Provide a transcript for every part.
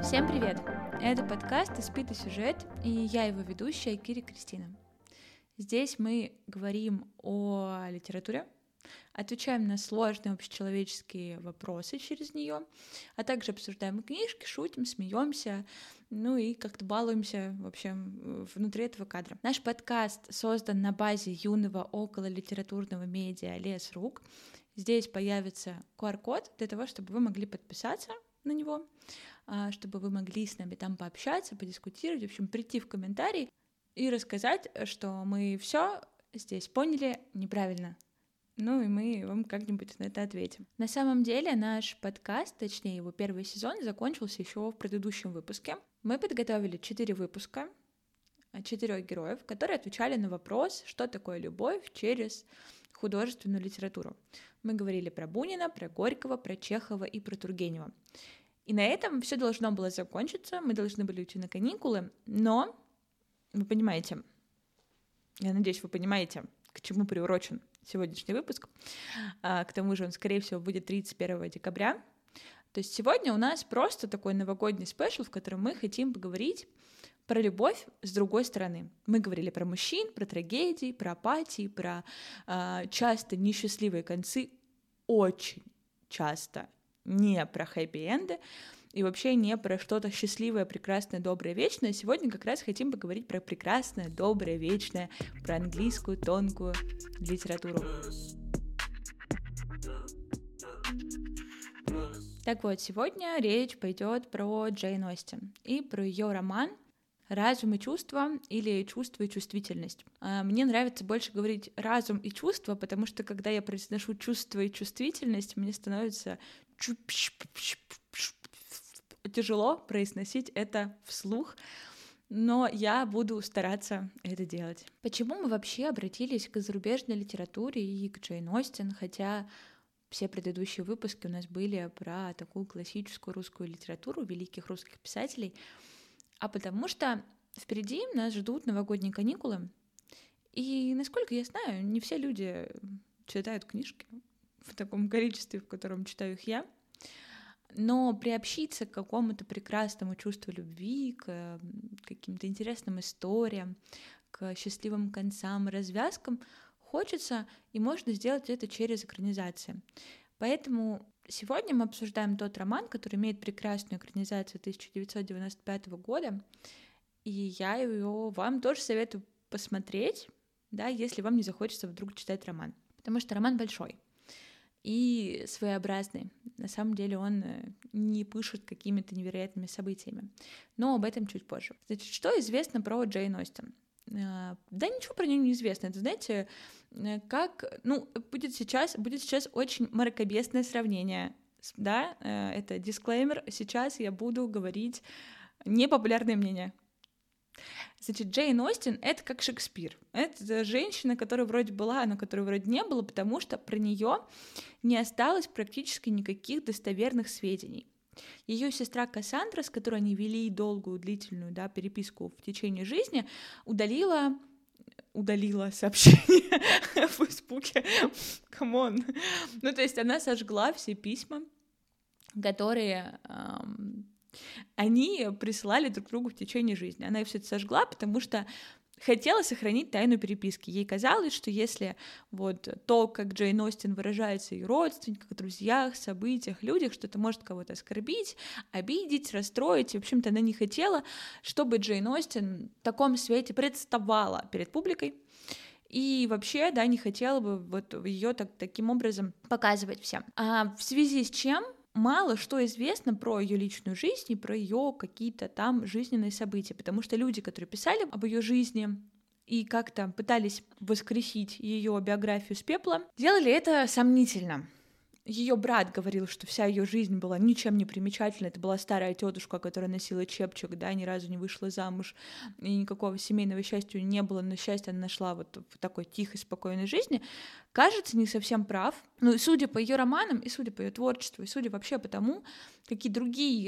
Всем привет! Это подкаст «Испытый сюжет», и я его ведущая Кири Кристина. Здесь мы говорим о литературе, отвечаем на сложные общечеловеческие вопросы через нее, а также обсуждаем книжки, шутим, смеемся, ну и как-то балуемся, в общем, внутри этого кадра. Наш подкаст создан на базе юного окололитературного медиа «Лес.ру». Здесь появится QR-код для того, чтобы вы могли подписаться на него, чтобы вы могли с нами там пообщаться, подискутировать, в общем, прийти в комментарии и рассказать, что мы все здесь поняли неправильно. Ну и мы вам как-нибудь на это ответим. На самом деле наш подкаст, точнее его первый сезон, закончился еще в предыдущем выпуске. Мы подготовили 4 выпуска, 4 героев, которые отвечали на вопрос, что такое любовь через художественную литературу. Мы говорили про Бунина, про Горького, про Чехова и про Тургенева. И на этом все должно было закончиться, мы должны были уйти на каникулы, но вы понимаете, я надеюсь, вы понимаете, к чему приурочен сегодняшний выпуск. К тому же он, скорее всего, будет 31 декабря. То есть сегодня у нас просто такой новогодний спешл, в котором мы хотим поговорить про любовь с другой стороны. Мы говорили про мужчин, про трагедии, про апатии, про часто несчастливые концы, очень часто не про хэппи-энды и вообще не про что-то счастливое, прекрасное, доброе, вечное. Сегодня как раз хотим поговорить про прекрасное, доброе, вечное, про английскую тонкую литературу. Так вот, сегодня речь пойдет про Джейн Остин и про ее роман «Разум и чувства» или «Чувство и чувствительность». Мне нравится больше говорить «разум и чувство», потому что когда я произношу «чувство и чувствительность», мне становится тяжело произносить это вслух, но я буду стараться это делать. Почему мы вообще обратились к зарубежной литературе и к Джейн Остин, хотя все предыдущие выпуски у нас были про такую классическую русскую литературу великих русских писателей? А потому что впереди нас ждут новогодние каникулы, и, насколько я знаю, не все люди читают книжки в таком количестве, в котором читаю их я, но приобщиться к какому-то прекрасному чувству любви, к каким-то интересным историям, к счастливым концам, развязкам хочется, и можно сделать это через экранизации. Поэтому сегодня мы обсуждаем тот роман, который имеет прекрасную экранизацию 1995 года, и я ее вам тоже советую посмотреть, да, если вам не захочется вдруг читать роман, потому что роман большой и своеобразный. На самом деле он не пышет какими-то невероятными событиями, но об этом чуть позже. Значит, что известно про Джейн Остин? Да ничего про нее не известно. Это, знаете, как, будет сейчас очень мракобесное сравнение, да, это дисклеймер, сейчас я буду говорить непопулярное мнение. Значит, Джейн Остин — это как Шекспир. Это женщина, которая вроде была, но которой вроде не было, потому что про нее не осталось практически никаких достоверных сведений. Ее сестра Кассандра, с которой они вели долгую, длительную, да, переписку в течение жизни, удалила сообщение в Фейсбуке. Камон. То есть она сожгла все письма, которые они присылали друг другу в течение жизни. Она все это сожгла, потому что хотела сохранить тайну переписки. Ей казалось, что если вот то, как Джейн Остин выражается и родственниках, друзьях, событиях, людях, что это может кого-то оскорбить, обидеть, расстроить. И, в общем-то, она не хотела, чтобы Джейн Остин в таком свете представала перед публикой. И вообще, да, не хотела бы вот ее таким образом показывать всем. А в связи с чем мало что известно про ее личную жизнь и про ее какие-то там жизненные события, потому что люди, которые писали об ее жизни и как-то пытались воскресить ее биографию с пепла, делали это сомнительно. Ее брат говорил, что вся ее жизнь была ничем не примечательна. Это была старая тетушка, которая носила чепчик, да, ни разу не вышла замуж, и никакого семейного счастья не было, но счастье она нашла вот в такой тихой, спокойной жизни. Кажется, не совсем прав. Ну, и судя по ее романам, и судя по ее творчеству, и судя вообще по тому, какие другие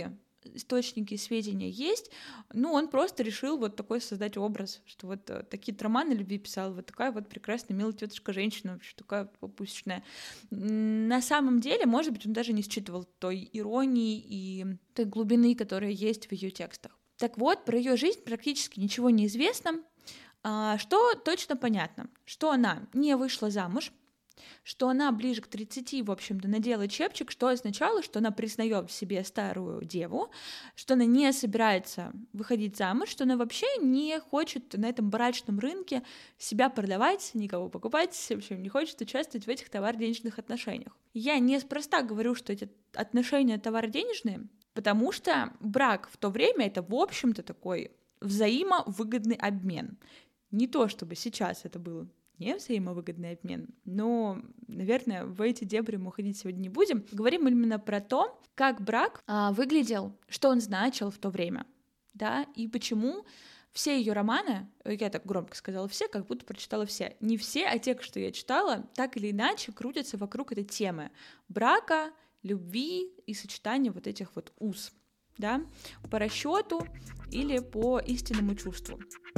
источники сведения есть, он просто решил вот такой создать образ, что вот такие романы любви писал, вот такая вот прекрасная, милая тетушка-женщина, вообще такая попустичная. На самом деле, может быть, он даже не считывал той иронии и той глубины, которая есть в ее текстах. Так вот, про ее жизнь практически ничего не известно. Что точно понятно? Что она не вышла замуж, что она ближе к 30, в общем-то, надела чепчик, что означало, что она признает в себе старую деву, что она не собирается выходить замуж, что она вообще не хочет на этом брачном рынке себя продавать, никого покупать, в общем, не хочет участвовать в этих товар-денежных отношениях. Я неспроста говорю, что эти отношения товар-денежные, потому что брак в то время — это, в общем-то, такой взаимовыгодный обмен. Не то, чтобы сейчас это было не взаимовыгодный обмен, но, наверное, в эти дебри мы уходить сегодня не будем. Говорим именно про то, как брак выглядел, что он значил в то время, да, и почему все ее романы, я так громко сказала все, как будто прочитала все, не все, а те, что я читала, так или иначе крутятся вокруг этой темы брака, любви и сочетания вот этих вот уз, да, по расчету или по истинному чувству.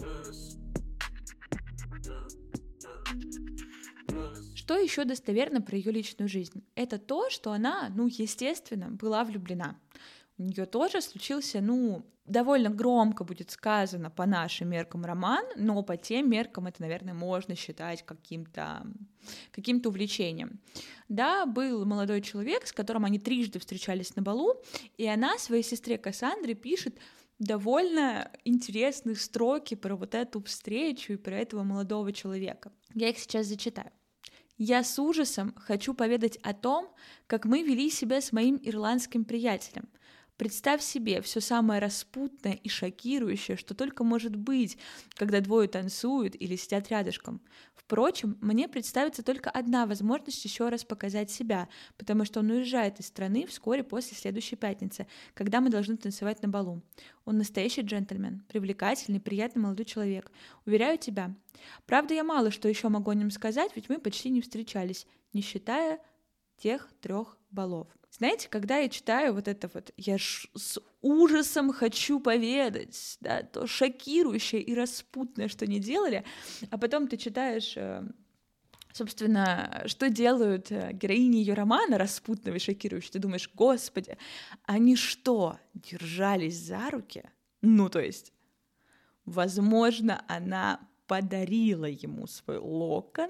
Что еще достоверно про ее личную жизнь? Это то, что она, естественно, была влюблена. У нее тоже случился, довольно громко будет сказано по нашим меркам роман, но по тем меркам это, наверное, можно считать каким-то увлечением. Да, был молодой человек, с которым они трижды встречались на балу, и она своей сестре Кассандре пишет довольно интересные строки про вот эту встречу и про этого молодого человека. Я их сейчас зачитаю. «Я с ужасом хочу поведать о том, как мы вели себя с моим ирландским приятелем. Представь себе все самое распутное и шокирующее, что только может быть, когда двое танцуют или сидят рядышком. Впрочем, мне представится только одна возможность еще раз показать себя, потому что он уезжает из страны вскоре после следующей пятницы, когда мы должны танцевать на балу. Он настоящий джентльмен, привлекательный, приятный молодой человек. Уверяю тебя. Правда, я мало что еще могу о нем сказать, ведь мы почти не встречались, не считая тех 3 балов». Знаете, когда я читаю вот это вот, я с ужасом хочу поведать, да, то шокирующее и распутное, что они делали, а потом ты читаешь, собственно, что делают героини ее романа распутного и шокирующего, ты думаешь, господи, они что, держались за руки? То есть, возможно, она подарила ему свой локон.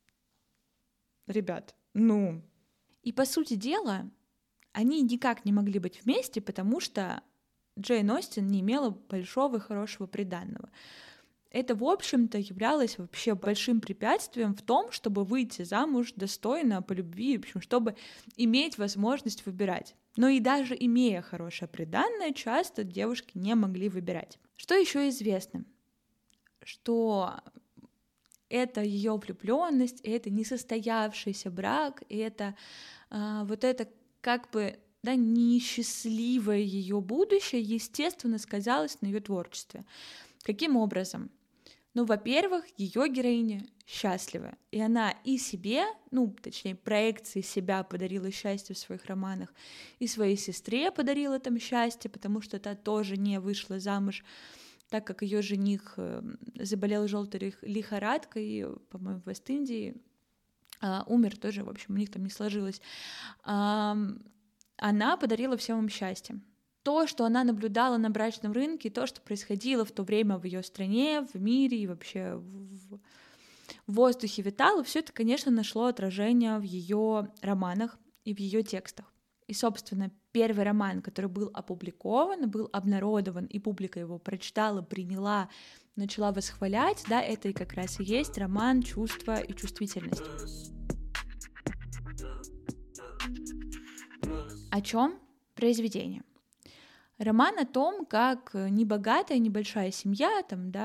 Ребят, И по сути дела, они никак не могли быть вместе, потому что Джейн Остин не имела большого и хорошего приданного. Это, в общем-то, являлось вообще большим препятствием в том, чтобы выйти замуж достойно, по любви, в общем, чтобы иметь возможность выбирать. Но и даже имея хорошее приданное, часто девушки не могли выбирать. Что еще известно? Что это ее влюбленность, это несостоявшийся брак, это несчастливое ее будущее, естественно, сказалось на ее творчестве. Каким образом? Во-первых, ее героиня счастлива, и она и себе, проекции себя подарила счастье в своих романах, и своей сестре подарила там счастье, потому что та тоже не вышла замуж, так как ее жених заболел желтой лихорадкой, по-моему, в Вест-Индии, умер тоже, в общем, у них там не сложилось. Она подарила всем им счастье. То, что она наблюдала на брачном рынке, то, что происходило в то время в ее стране, в мире и вообще в воздухе витало, все это, конечно, нашло отражение в ее романах и в ее текстах. И, собственно, первый роман, который был опубликован, был обнародован, и публика его прочитала, приняла, начала восхвалять, да, это и как раз и есть роман «Чувство и чувствительность». О чем произведение? Роман о том, как небогатая, небольшая семья,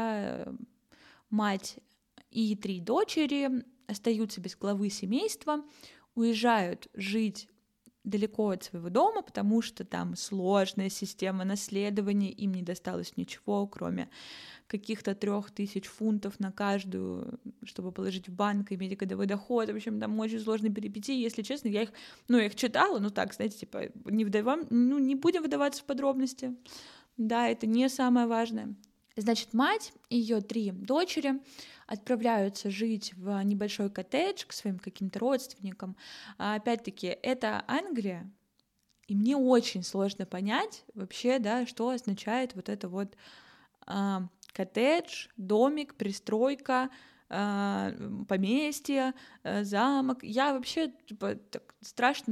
мать и 3 дочери остаются без главы семейства, уезжают жить далеко от своего дома, потому что там сложная система наследования, им не досталось ничего, кроме каких-то 3000 фунтов на каждую, чтобы положить в банк, иметь годовой доход. В общем, там очень сложные перипетии. Если честно, я их читала, так, знаете, типа, не будем выдаваться в подробности. Да, это не самое важное. Значит, мать и ее 3 дочери отправляются жить в небольшой коттедж к своим каким-то родственникам. Опять-таки, это Англия, и мне очень сложно понять вообще, да, что означает вот это вот коттедж, домик, пристройка, поместье, замок. Я вообще так страшно.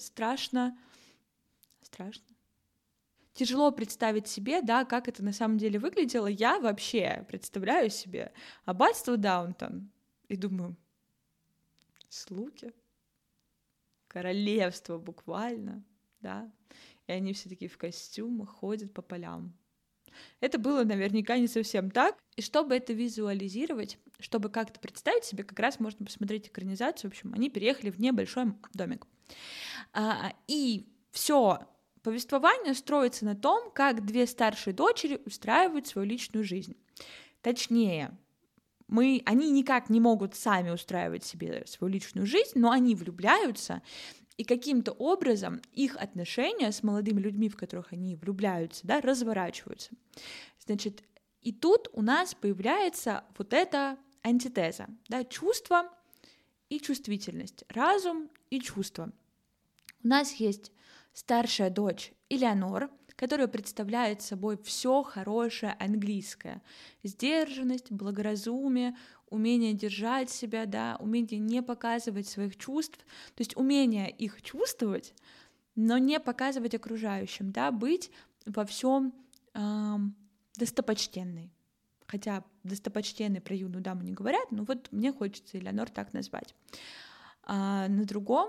Тяжело представить себе, да, как это на самом деле выглядело. Я вообще представляю себе аббатство Даунтон и думаю, слуги, королевство буквально, да, и они все такие в костюмах ходят по полям. Это было наверняка не совсем так. И чтобы это визуализировать, чтобы как-то представить себе, как раз можно посмотреть экранизацию. В общем, они переехали в небольшой домик. И все повествование строится на том, как 2 старшие дочери устраивают свою личную жизнь. Точнее, они никак не могут сами устраивать себе свою личную жизнь, но они влюбляются, и каким-то образом их отношения с молодыми людьми, в которых они влюбляются, да, разворачиваются. Значит, и тут у нас появляется вот эта антитеза, да, чувство и чувствительность, разум и чувство. У нас есть старшая дочь Элеонор, которая представляет собой все хорошее английское: сдержанность, благоразумие, умение держать себя, да, умение не показывать своих чувств, то есть умение их чувствовать, но не показывать окружающим, да, быть во всем достопочтенной. Хотя достопочтенной про юную даму не говорят, но вот мне хочется Элеонор так назвать. На другом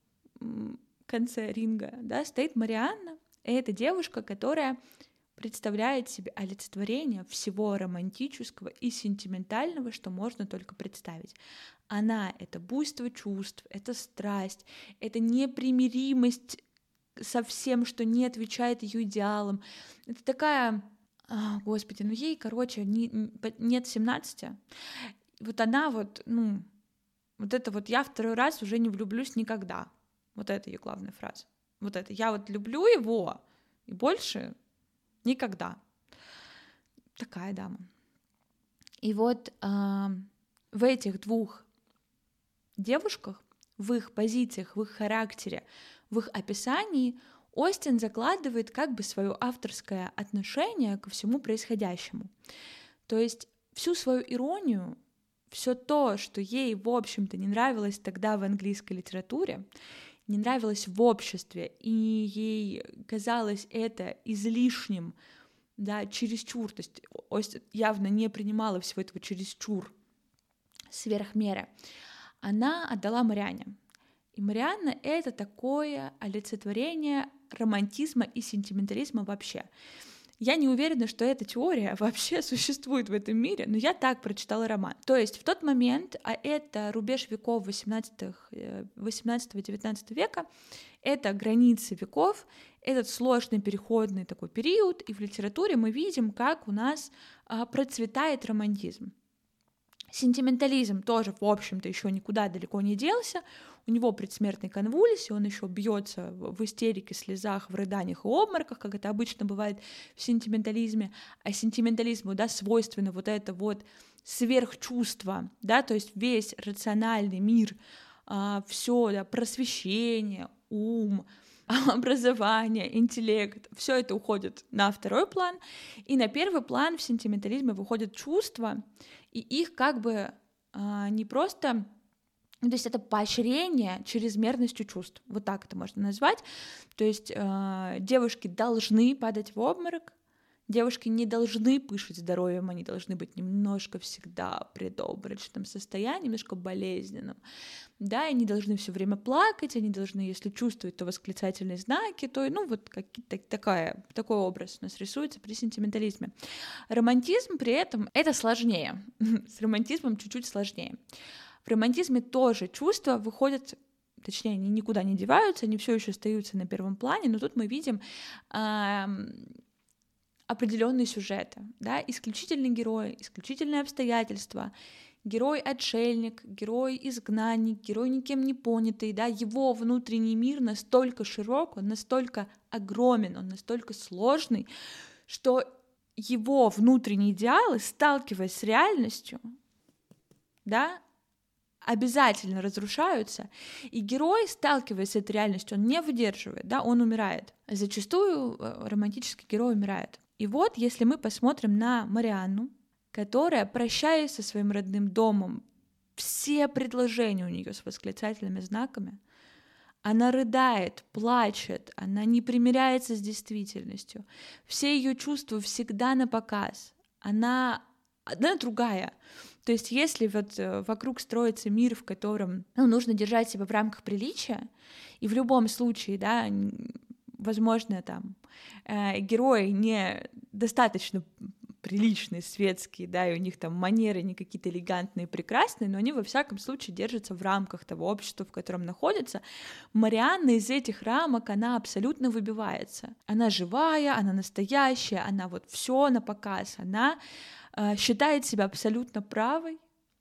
конце ринга, да, стоит Марианна. Это девушка, которая представляет себе олицетворение всего романтического и сентиментального, что можно только представить. Она — это буйство чувств, это страсть, это непримиримость со всем, что не отвечает ее идеалам. Это такая... Господи, ей, нет 17. Вот она вот это вот я 2 раз уже не влюблюсь никогда. Вот это ее главная фраза. Вот это. Я вот люблю его, и больше никогда. Такая дама. И вот в этих 2 девушках, в их позициях, в их характере, в их описании Остин закладывает как бы свое авторское отношение ко всему происходящему. То есть всю свою иронию, все то, что ей, в общем-то, не нравилось тогда в английской литературе, не нравилось в обществе, и ей казалось это излишним, да, чересчур, то есть Остин явно не принимала всего этого чересчур, сверх меры, она отдала Марианне. И Марианна — это такое олицетворение романтизма и сентиментализма вообще. Я не уверена, что эта теория вообще существует в этом мире, но я так прочитала роман. То есть в тот момент, а это рубеж веков 18-19 века, это границы веков, этот сложный переходный такой период, и в литературе мы видим, как у нас процветает романтизм. Сентиментализм тоже, в общем-то, еще никуда далеко не делся. У него предсмертный конвульсий, он еще бьется в истерике, слезах, в рыданиях и обмороках, как это обычно бывает в сентиментализме. А сентиментализму, да, свойственно вот это вот сверхчувство, да, то есть весь рациональный мир, все, да, просвещение, ум, образование, интеллект, все это уходит на второй план, и на первый план в сентиментализме выходят чувства, и их как бы не просто... То есть это поощрение чрезмерностью чувств, вот так это можно назвать. То есть девушки должны падать в обморок, девушки не должны пышать здоровьем, они должны быть немножко всегда в предобморочном состоянии, немножко болезненном. Да, и они должны все время плакать, они должны, если чувствуют, то восклицательные знаки, то, вот такой образ у нас рисуется при сентиментализме. Романтизм при этом это сложнее, с романтизмом чуть-чуть сложнее. В романтизме тоже чувства выходят точнее, они никуда не деваются, они все еще остаются на первом плане, но тут мы видим определенные сюжеты, да, исключительный герой, исключительные обстоятельства, герой-отшельник, герой-изгнанник, герой никем не понятый, да, его внутренний мир настолько широк, он настолько огромен, он настолько сложный, что его внутренние идеалы, сталкиваясь с реальностью, да, обязательно разрушаются, и герой, сталкиваясь с этой реальностью, он не выдерживает, да, он умирает. Зачастую романтический герой умирает. И вот, если мы посмотрим на Марианну, которая, прощаясь со своим родным домом, все предложения у нее с восклицательными знаками, она рыдает, плачет, она не примиряется с действительностью, все ее чувства всегда на показ, она другая. То есть если вот вокруг строится мир, в котором нужно держать себя в рамках приличия, и в любом случае, да, возможно, там герои не достаточно приличные, светские, да, и у них там манеры не какие-то элегантные, прекрасные, но они во всяком случае держатся в рамках того общества, в котором находятся. Марианна из этих рамок, она абсолютно выбивается. Она живая, она настоящая, она вот все на показ, она считает себя абсолютно правой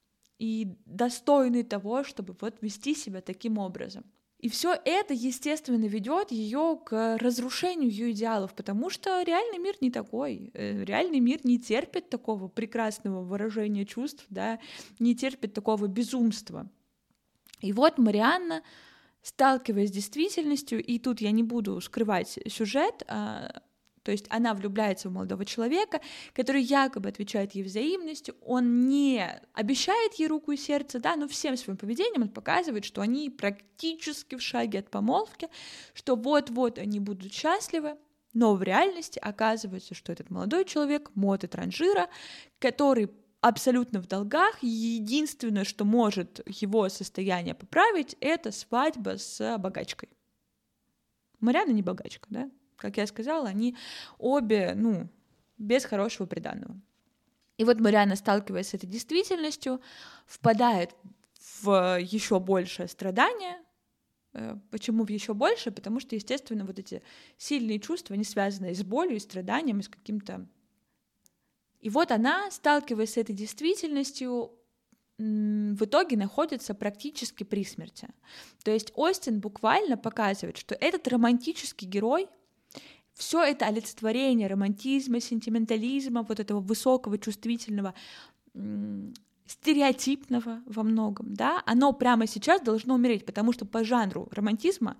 и достойной того, чтобы вот вести себя таким образом. И все это, естественно, ведет ее к разрушению ее идеалов, потому что реальный мир не такой. Реальный мир не терпит такого прекрасного выражения чувств, да, не терпит такого безумства. И вот Марианна, сталкиваясь с действительностью, и тут я не буду скрывать сюжет, то есть она влюбляется в молодого человека, который якобы отвечает ей взаимностью, он не обещает ей руку и сердце, да, но всем своим поведением он показывает, что они практически в шаге от помолвки, что вот-вот они будут счастливы, но в реальности оказывается, что этот молодой человек мод и транжира, который абсолютно в долгах, и единственное, что может его состояние поправить, это свадьба с богачкой. Марианна не богачка, да? Как я сказала, они обе, без хорошего приданого. И вот Марианна, сталкиваясь с этой действительностью, впадает в еще большее страдание. Почему в еще больше? Потому что, естественно, вот эти сильные чувства, они связаны и с болью, и страданием, и с каким-то... И вот она, сталкиваясь с этой действительностью, в итоге находится практически при смерти. То есть Остин буквально показывает, что этот романтический герой, все это олицетворение романтизма, сентиментализма, вот этого высокого, чувствительного, стереотипного во многом, да, оно прямо сейчас должно умереть, потому что по жанру романтизма,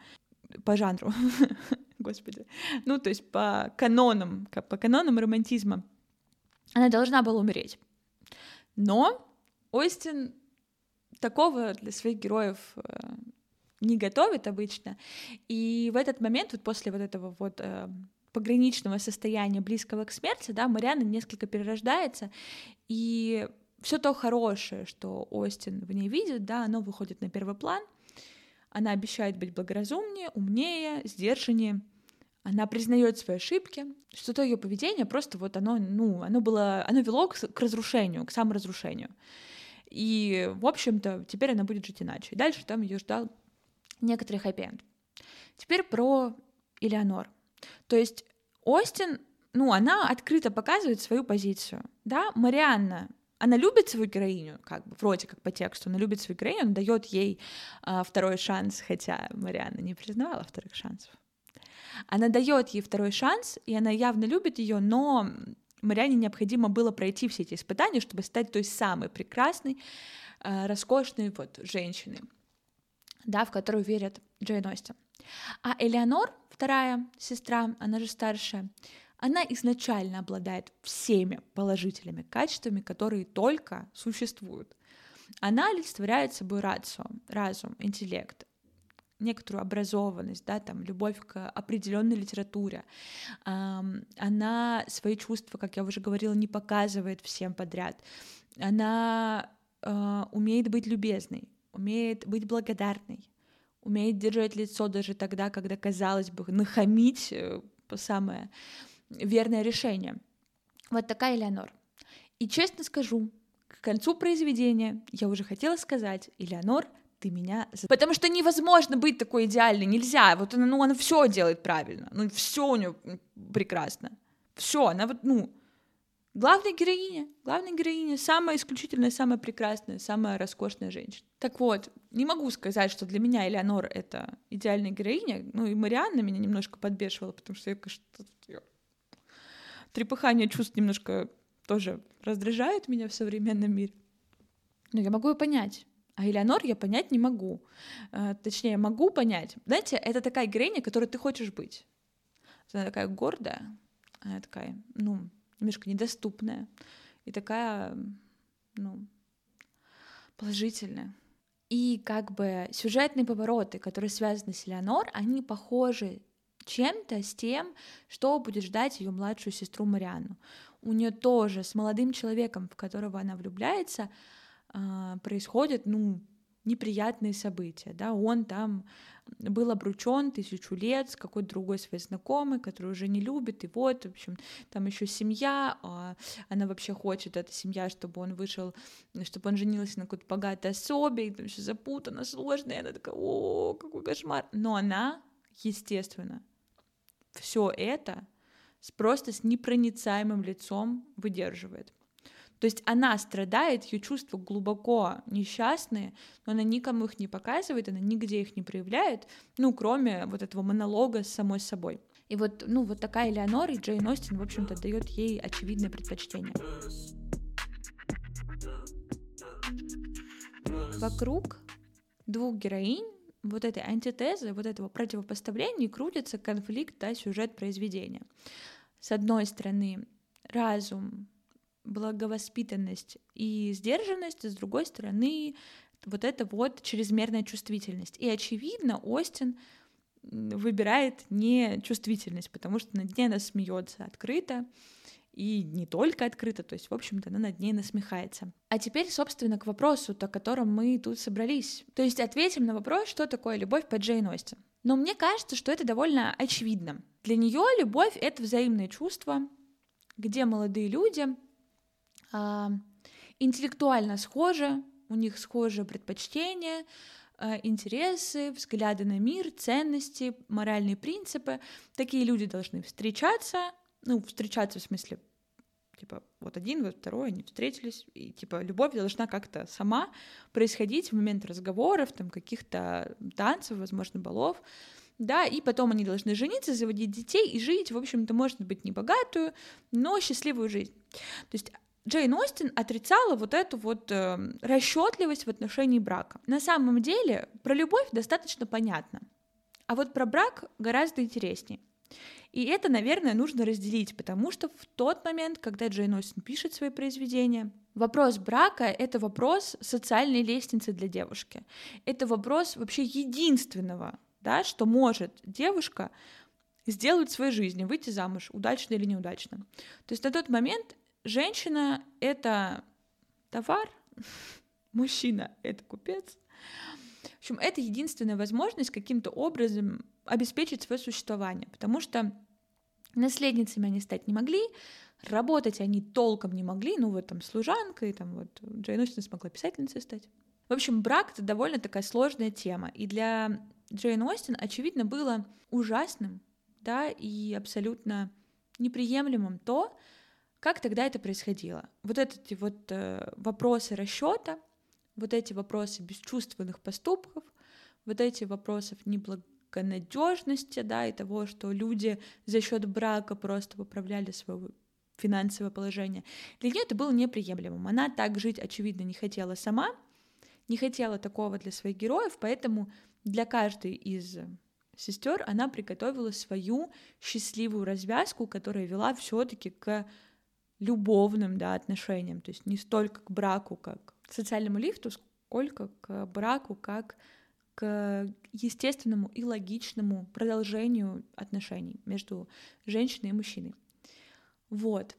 господи, то есть по канонам романтизма она должна была умереть. Но Остин такого для своих героев не готовит обычно, и в этот момент, вот после вот этого вот пограничного состояния, близкого к смерти, да, Марианна несколько перерождается, и все то хорошее, что Остин в ней видит, да, оно выходит на первый план, она обещает быть благоразумнее, умнее, сдержаннее, она признает свои ошибки, что то ее поведение просто вот оно вело к разрушению, к саморазрушению. И, в общем-то, теперь она будет жить иначе. И дальше там ее ждал некоторый хэппи-энд. Теперь про Элеонор. То есть Остин, она открыто показывает свою позицию. Да? Марианна, она любит свою героиню, как бы, вроде как по тексту, она любит свою героиню, она дает ей второй шанс, хотя Марианна не признавала вторых шансов. Она дает ей второй шанс, и она явно любит ее, но Марианне необходимо было пройти все эти испытания, чтобы стать той самой прекрасной, роскошной вот женщиной, да, в которую верит Джейн Остин. А Элеонор, вторая сестра, она же старшая, она изначально обладает всеми положительными качествами, которые только существуют. Она олицетворяет собой разум, интеллект, некоторую образованность, да, там, любовь к определенной литературе. Она свои чувства, как я уже говорила, не показывает всем подряд. Она умеет быть любезной, умеет быть благодарной, умеет держать лицо даже тогда, когда, казалось бы, нахамить самое верное решение. Вот такая Элеонор. И честно скажу, к концу произведения я уже хотела сказать: Элеонор, ты меня... Потому что невозможно быть такой идеальной, нельзя. Вот она все делает правильно, все у нее прекрасно. Все, она главная героиня, самая исключительная, самая прекрасная, самая роскошная женщина. Так вот, не могу сказать, что для меня Элеонор — это идеальная героиня, и Марианна меня немножко подбешивала, потому что я, конечно, трепыхание чувств немножко тоже раздражает меня в современном мире. Но я могу ее понять. А Элеонор я понять не могу. Точнее, могу понять. Знаете, это такая героиня, которой ты хочешь быть. Она такая гордая, она такая, немножко недоступная и такая, положительная. И как бы сюжетные повороты, которые связаны с Элеонор, они похожи чем-то с тем, что будет ждать ее младшую сестру Марианну. У нее тоже с молодым человеком, в которого она влюбляется, происходят, неприятные события, да, он там был обручён 1000 лет с какой-то другой своей знакомой, которую уже не любит, и вот, в общем, там еще семья, она вообще хочет, эта семья, чтобы он женился на какой-то богатой особе, и там все запутано, сложно, и она такая, какой кошмар, но она, естественно, все это просто с непроницаемым лицом выдерживает. То есть она страдает, ее чувства глубоко несчастные, но она никому их не показывает, она нигде их не проявляет, кроме вот этого монолога с самой собой. И вот такая Элеонор, и Джейн Остин, в общем-то, дает ей очевидное предпочтение. Вокруг двух героинь вот этой антитезы, вот этого противопоставления крутится конфликт, сюжет произведения. С одной стороны, разум, благовоспитанность и сдержанность, а с другой стороны, вот эта чрезмерная чувствительность. И, очевидно, Остин выбирает не чувствительность, потому что над ней она смеется открыто, и не только открыто, то есть, в общем-то, она над ней насмехается. А теперь, собственно, к вопросу, о котором мы тут собрались. То есть ответим на вопрос, что такое любовь по Джейн Остин. Но мне кажется, что это довольно очевидно. Для нее любовь — это взаимное чувство, где молодые люди интеллектуально схожи, у них схожие предпочтения, интересы, взгляды на мир, ценности, моральные принципы. Такие люди должны встречаться, встречаться в смысле, вот один, вот второй, они встретились, и, любовь должна как-то сама происходить в момент разговоров, каких-то танцев, возможно, балов, да, и потом они должны жениться, заводить детей и жить, в общем-то, может быть, не богатую, но счастливую жизнь. То есть Джейн Остин отрицала эту расчетливость в отношении брака. На самом деле про любовь достаточно понятно, а вот про брак гораздо интереснее. И это, наверное, нужно разделить, потому что в тот момент, когда Джейн Остин пишет свои произведения, вопрос брака — это вопрос социальной лестницы для девушки. Это вопрос вообще единственного, да, что может девушка сделать в своей жизни, выйти замуж, удачно или неудачно. То есть на тот момент женщина — это товар, мужчина — это купец. В общем, это единственная возможность каким-то образом обеспечить свое существование, потому что наследницами они стать не могли, работать они толком не могли, служанкой, Джейн Остин смогла писательницей стать. В общем, брак — это довольно такая сложная тема, и для Джейн Остин, очевидно, было ужасным, да, и абсолютно неприемлемым то, как тогда это происходило. Вот эти вопросы расчета, вот эти вопросы бесчувственных поступков, вот эти вопросы неблагонадежности, да, и того, что люди за счет брака просто поправляли свое финансовое положение. Для нее это было неприемлемым. Она так жить, очевидно, не хотела сама, не хотела такого для своих героев, поэтому для каждой из сестер она приготовила свою счастливую развязку, которая вела все-таки к любовным, да, отношениям, то есть не столько к браку, как к социальному лифту, сколько к браку, как к естественному и логичному продолжению отношений между женщиной и мужчиной. Вот.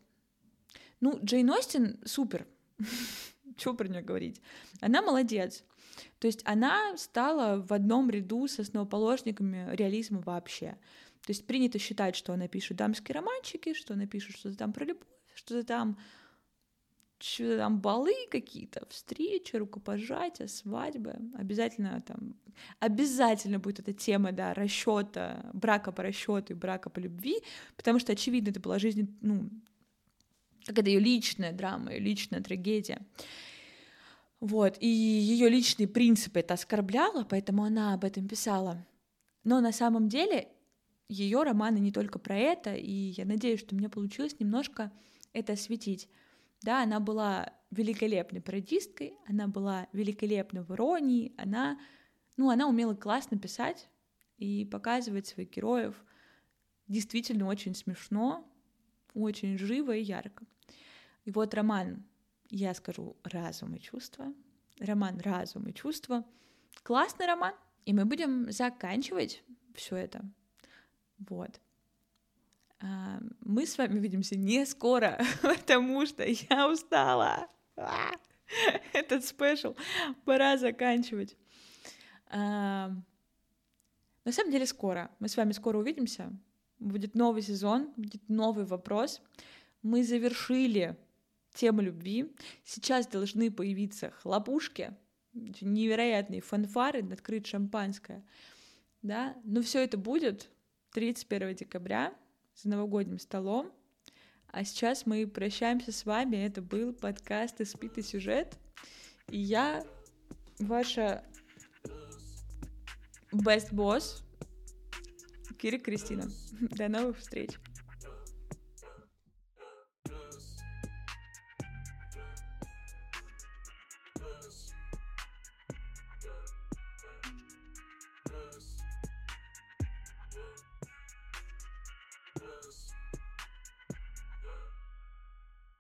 Джейн Остин супер. Чего про нее говорить? Она молодец. То есть она стала в одном ряду с основоположниками реализма вообще. То есть принято считать, что она пишет дамские романчики, что она пишет что-то там про любовь, что-то там что там балы какие-то, встречи, рукопожатия, свадьбы. Обязательно будет эта тема, да, расчета, брака по расчету и брака по любви, потому что, очевидно, это была жизнь, какая-то ее личная драма, ее личная трагедия. Вот, и ее личные принципы это оскорбляло, поэтому она об этом писала. Но на самом деле ее романы не только про это, и я надеюсь, что мне получилось немножко это осветить. Да, она была великолепной пародисткой, она была великолепна в иронии, она умела классно писать и показывать своих героев действительно очень смешно, очень живо и ярко. И вот роман, я скажу, «Разум и чувства». Роман «Разум и чувства». Классный роман, и мы будем заканчивать все это. Вот. Мы с вами увидимся не скоро, потому что я устала. Этот спешл пора заканчивать. На самом деле скоро. Мы с вами скоро увидимся. Будет новый сезон, будет новый вопрос. Мы завершили тему любви. Сейчас должны появиться хлопушки, невероятные фанфары, открыть шампанское. Да? Но все это будет 31 декабря за новогодним столом. А сейчас мы прощаемся с вами. Это был подкаст «Испитый сюжет». И я, ваша best boss, Кира Кристина. До новых встреч!